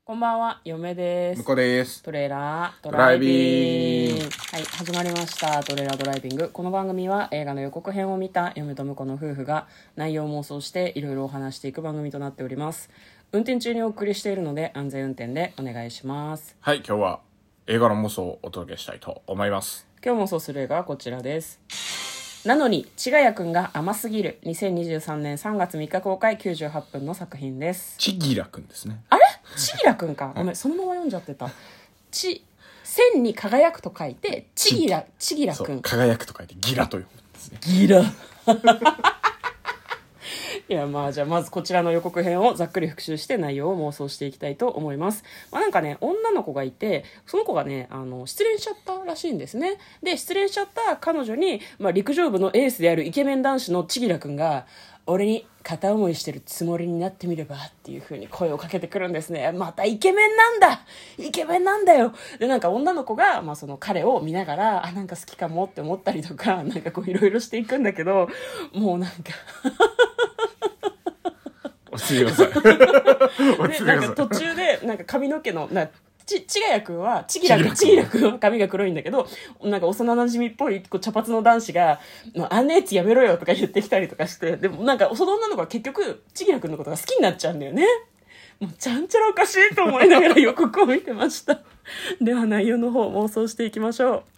こんばんは、嫁です。 向こうです。 トレーラードライビング。はい、始まりました。トレーラードライビング。この番組は映画の予告編を見た嫁と婿の夫婦が内容を妄想していろいろお話していく番組となっております。運転中にお送りしているので安全運転でお願いします。 はい、今日は映画の妄想をお届けしたいと思います。 今日妄想する映画はこちらです。なのに、ちがやくんが甘すぎる。2023年3月3日公開98分の作品です。 ちぎらくんですね。 あれちぎらくんか。ごめん、そのまま読んじゃってた。線に輝くと書いて、ちぎらくん。 輝くと書いてギラと読むんですね。 ギラ。いや、まあ、じゃあまずこちらの予告編をざっくり復習して内容を妄想していきたいと思います。まあ、なんかね、女の子がいて、その子がね、失恋しちゃったらしいんですね。で、失恋しちゃった彼女に、陸上部のエースであるイケメン男子のちぎらくんが、俺に片思いしてるつもりになってみればっていう風に声をかけてくるんですね。またイケメンなんだよ。で、なんか女の子が、その彼を見ながら、なんか好きかもって思ったりとか、なんかこういろいろしていくんだけど、もうなんか落ちてください。 で、なんか途中で、なんか髪の毛の、ちがやくんは、ちぎらくんは髪が黒いんだけど、なんか幼馴染っぽいこう茶髪の男子が、あんなやつやめろよとか言ってきたりとかして、でもなんかその女の子は結局、ちぎらくんのことが好きになっちゃうんだよね。もうちゃんちゃらおかしいと思いながら予告を見てました。では内容の方妄想していきましょう。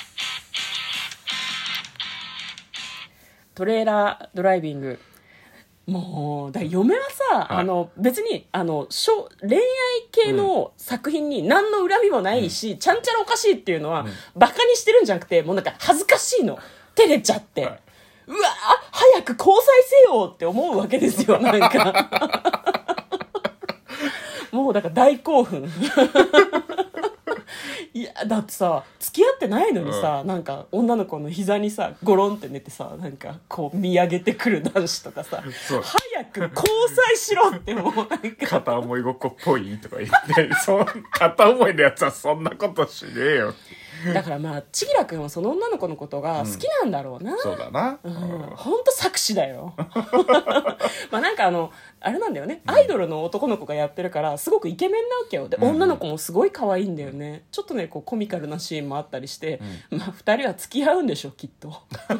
トレーラードライビング。もう嫁はさ、 はい、 別に恋愛系の作品に何の恨みもないし、ちゃんちゃらおかしいっていうのは、バカにしてるんじゃなくて、もうなんか恥ずかしいの、照れちゃって、はい、うわ早く交際せよって思うわけですよ。なんかもうだから大興奮。いやだってさ、付き合ってないのにさ、なんか女の子の膝にさゴロンって寝てさ、なんかこう見上げてくる男子とかさ、早く交際しろってもうなんか片思いごっこっぽいとか言って片思いのやつはそんなことしねえよ。 だからちぎらくんはその女の子のことが好きなんだろうな。 そうだな。 ほんと作詞だよ。なんかあれなんだよね、アイドルの男の子がやってるからすごくイケメンなわけよ。で、女の子もすごい可愛いんだよね。ちょっとねこうコミカルなシーンもあったりして、二人は付き合うんでしょきっと。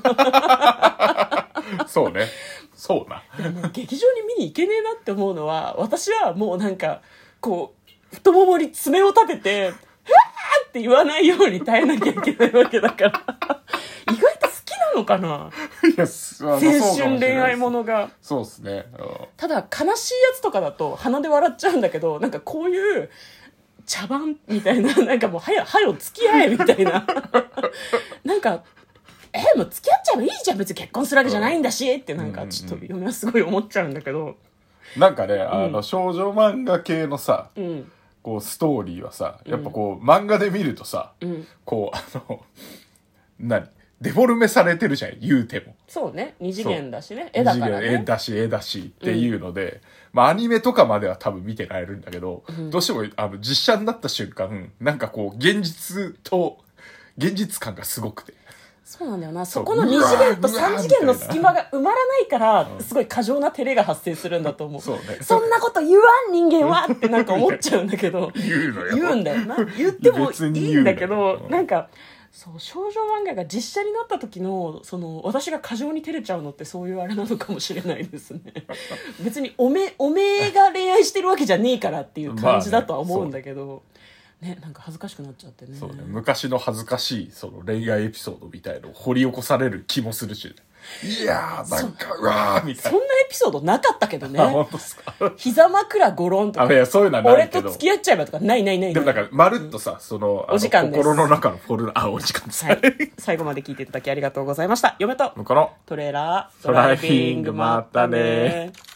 そうね、そうな。 でも劇場に見に行けねえなって思うのは、私はもうなんかこう太ももに爪を立ててって言わないように耐えなきゃいけないわけだから意外と好きなのかな。 いや、 青春恋愛ものが。 そうですね。 ただ悲しいやつとかだと鼻で笑っちゃうんだけど、なんかこういう茶番みたいな、なんかもうはよ付き合えみたいななんかもう付き合っちゃえばいいじゃん、別に結婚するわけじゃないんだしってなんかちょっと嫁はすごい思っちゃうんだけど、 なんかね、少女漫画系のさ、こうストーリーはさ、やっぱこう、漫画で見るとさ、こうデフォルメされてるじゃん、言うても。 そうね、二次元だしね、絵だからね。 絵だしっていうので、アニメとかまでは多分見てられるんだけど、どうしても実写になった瞬間、なんかこう現実感がすごくて。 そうなんだよな。そこの二次元と三次元の隙間が埋まらないから、すごい過剰な照れが発生するんだと思う。 そうね。 そんなこと言わん人間はってなんか思っちゃうんだけど。 言うのよ。 言うんだよな。言ってもいいんだけど、なんか、そう少女漫画が実写になった時の私が過剰に照れちゃうのってそういうあれなのかもしれないですね。別におめえが恋愛してるわけじゃねえからっていう感じだとは思うんだけど、ね、なんか恥ずかしくなっちゃってね。 そうね、昔の恥ずかしい恋愛エピソードみたいのを掘り起こされる気もするし、いやーなんかうわーみたいな。 そんなエピソードなかったけどね。 本当ですか。 膝枕ゴロンとか、 いやそういうのはないけど、 俺と付き合っちゃえばとかない。でもなんかまるっとさ、 お時間です。 心の中のフォルダ、お時間です、 はい、最後まで聞いていただきありがとうございました。嫁と向こうのトレーラードライビング、またね。